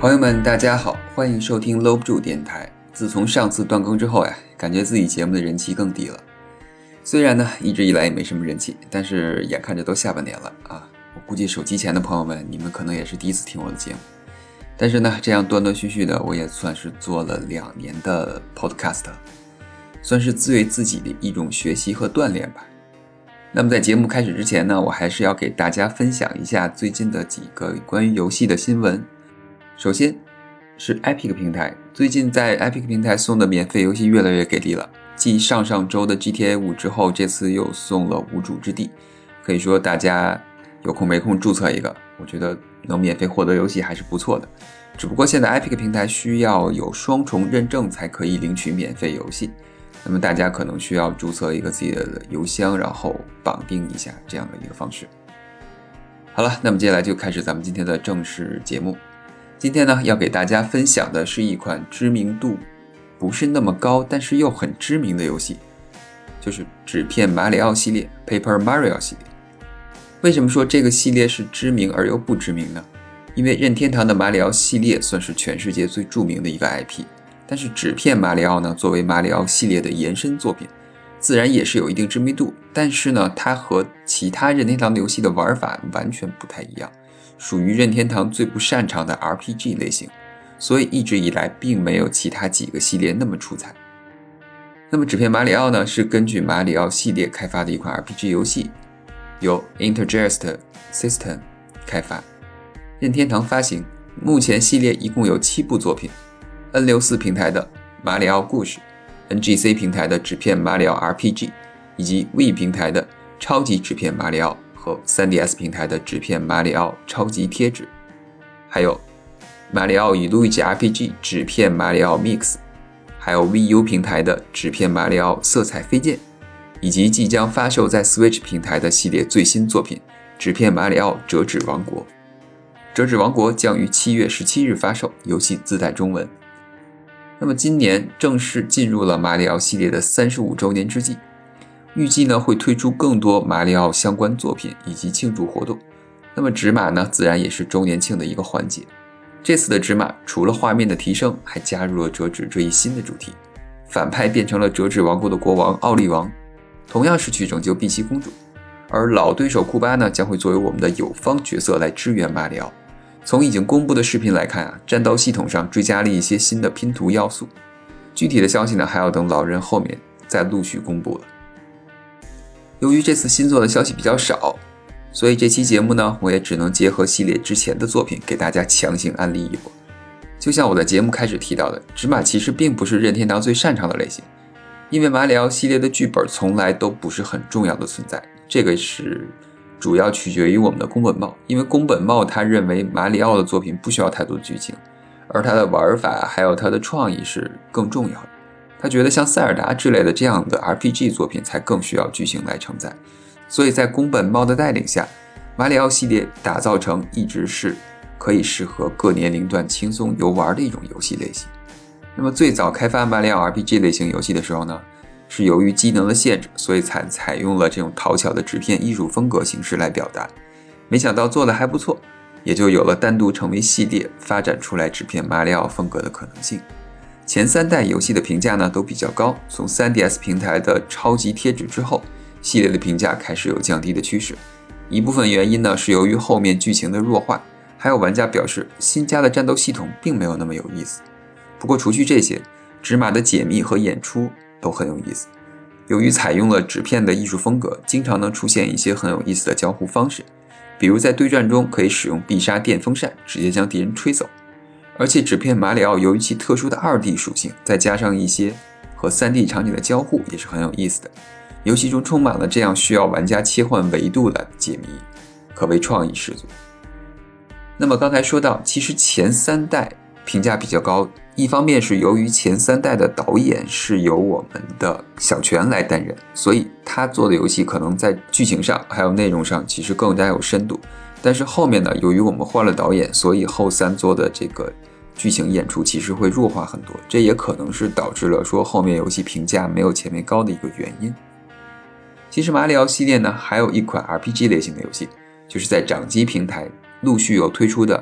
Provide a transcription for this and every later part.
朋友们大家好，欢迎收听搂不住电台。自从上次断更之后感觉自己节目的人气更低了。虽然呢一直以来也没什么人气，但是眼看着都下半年了我估计手机前的朋友们，你们可能也是第一次听我的节目。但是呢这样断断续续的，我也算是做了2年的 podcast， 算是对自己的一种学习和锻炼吧。那么在节目开始之前呢，我还是要给大家分享一下最近的几个关于游戏的新闻。首先是 Epic 平台，最近在 Epic 平台送的免费游戏越来越给力了，继上周的 GTA 5之后，这次又送了无主之地。可以说大家有空没空注册一个，我觉得能免费获得游戏还是不错的。只不过现在 Epic 平台需要有双重认证才可以领取免费游戏，那么大家可能需要注册一个自己的邮箱，然后绑定一下这样的一个方式。好了，那么接下来就开始咱们今天的正式节目。今天呢要给大家分享的是一款知名度不是那么高但是又很知名的游戏，就是纸片马里奥系列 Paper Mario 系列。为什么说这个系列是知名而又不知名呢？因为任天堂的马里奥系列算是全世界最著名的一个 IP， 但是纸片马里奥呢作为马里奥系列的延伸作品，自然也是有一定知名度，但是呢它和其他任天堂游戏的玩法完全不太一样，属于任天堂最不擅长的 RPG 类型，所以一直以来并没有其他几个系列那么出彩。那么纸片马里奥呢是根据马里奥系列开发的一款 RPG 游戏，由 Intergest System 开发，任天堂发行。目前系列一共有7部作品， N64 平台的马里奥故事， NGC 平台的纸片马里奥 RPG， 以及 Wii 平台的超级纸片马里奥和 3DS 平台的纸片马里奥超级贴纸，还有马里奥与路易吉 RPG 纸片马里奥 Mix， 还有 Wii U 平台的纸片马里奥色彩飞剑，以及即将发售在 Switch 平台的系列最新作品纸片马里奥折纸王国。折纸王国将于7月17日发售，游戏自带中文。那么今年正式进入了马里奥系列的35周年之际，预计呢会推出更多马里奥相关作品以及庆祝活动。那么纸马呢自然也是周年庆的一个环节。这次的纸马除了画面的提升，还加入了折纸这一新的主题，反派变成了折纸王国的国王奥利王，同样是去拯救碧琪公主，而老对手库巴呢将会作为我们的友方角色来支援马里奥。从已经公布的视频来看战斗系统上追加了一些新的拼图要素，具体的消息呢还要等老人后面再陆续公布了。由于这次新作的消息比较少，所以这期节目呢我也只能结合系列之前的作品给大家强行安利一波。就像我在节目开始提到的，纸马其实并不是任天堂最擅长的类型，因为马里奥系列的剧本从来都不是很重要的存在，这个是主要取决于我们的宫本茂。因为宫本茂他认为马里奥的作品不需要太多的剧情，而他的玩法还有他的创意是更重要的。他觉得像塞尔达之类的这样的 RPG 作品才更需要剧情来承载，所以在宫本茂的带领下，马里奥系列打造成一直是可以适合各年龄段轻松游玩的一种游戏类型。那么最早开发马里奥 RPG 类型游戏的时候呢，是由于机能的限制，所以才采用了这种讨巧的纸片艺术风格形式来表达，没想到做得还不错，也就有了单独成为系列发展出来纸片马里奥风格的可能性。前3代游戏的评价呢都比较高，从 3DS 平台的超级贴纸之后，系列的评价开始有降低的趋势。一部分原因呢是由于后面剧情的弱化，还有玩家表示新加的战斗系统并没有那么有意思。不过除去这些，纸马的解密和演出都很有意思。由于采用了纸片的艺术风格，经常能出现一些很有意思的交互方式，比如在对战中可以使用必杀电风扇直接将敌人吹走。而且纸片马里奥由于其特殊的2D 属性，再加上一些和 3D 场景的交互也是很有意思的。游戏中充满了这样需要玩家切换维度的解谜，可谓创意十足。那么刚才说到，其实前3代评价比较高，一方面是由于前3代的导演是由我们的小泉来担任，所以他做的游戏可能在剧情上还有内容上其实更加有深度。但是后面呢，由于我们换了导演，所以后3做的这个剧情演出其实会弱化很多，这也可能是导致了说后面游戏评价没有前面高的一个原因。其实马里奥系列呢还有一款 RPG 类型的游戏，就是在掌机平台陆续有推出的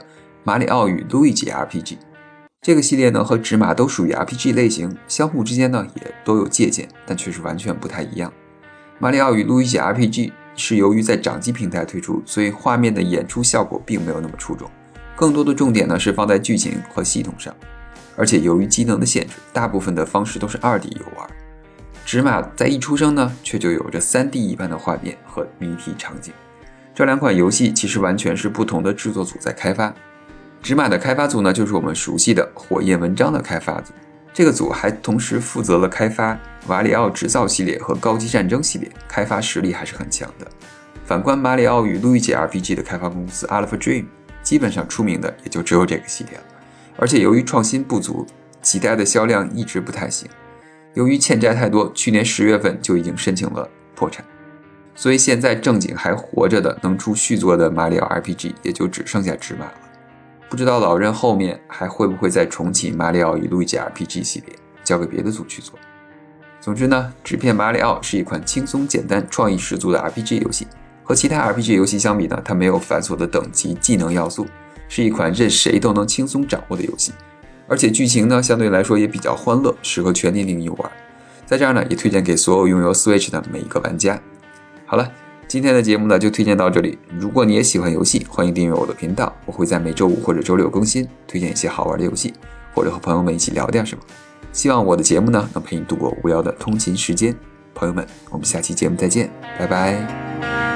马里奥与路易吉 RPG。这个系列呢和纸马都属于 RPG 类型，相互之间呢也都有借鉴，但却是完全不太一样。马里奥与路易吉 RPG 是由于在掌机平台推出，所以画面的演出效果并没有那么出众，更多的重点呢是放在剧情和系统上。而且由于机能的限制，大部分的方式都是 2D 游玩。纸马在一出生呢，却就有着 3D 一般的画面和谜题场景。这两款游戏其实完全是不同的制作组在开发。纸马的开发组呢，就是我们熟悉的火焰文章的开发组，这个组还同时负责了开发马里奥制造系列和高级战争系列，开发实力还是很强的。反观马里奥与路易吉 RPG 的开发公司 Alpha Dream， 基本上出名的也就只有这个系列了，而且由于创新不足，几代的销量一直不太行。由于欠债太多，去年10月份就已经申请了破产，所以现在正经还活着的能出续作的马里奥 RPG 也就只剩下纸马了。不知道老任后面还会不会再重启马里奥与路易吉 RPG 系列，交给别的组去做。总之呢，纸片马里奥是一款轻松简单创意十足的 RPG 游戏，和其他 RPG 游戏相比呢，它没有繁琐的等级技能要素，是一款任谁都能轻松掌握的游戏。而且剧情呢相对来说也比较欢乐，适合全年龄游玩。在这儿呢也推荐给所有拥有 Switch 的每一个玩家。好了，今天的节目呢就推荐到这里。如果你也喜欢游戏，欢迎订阅我的频道，我会在每周5或者周6更新，推荐一些好玩的游戏，或者和朋友们一起聊点什么。希望我的节目呢能陪你度过无聊的通勤时间。朋友们，我们下期节目再见，拜拜。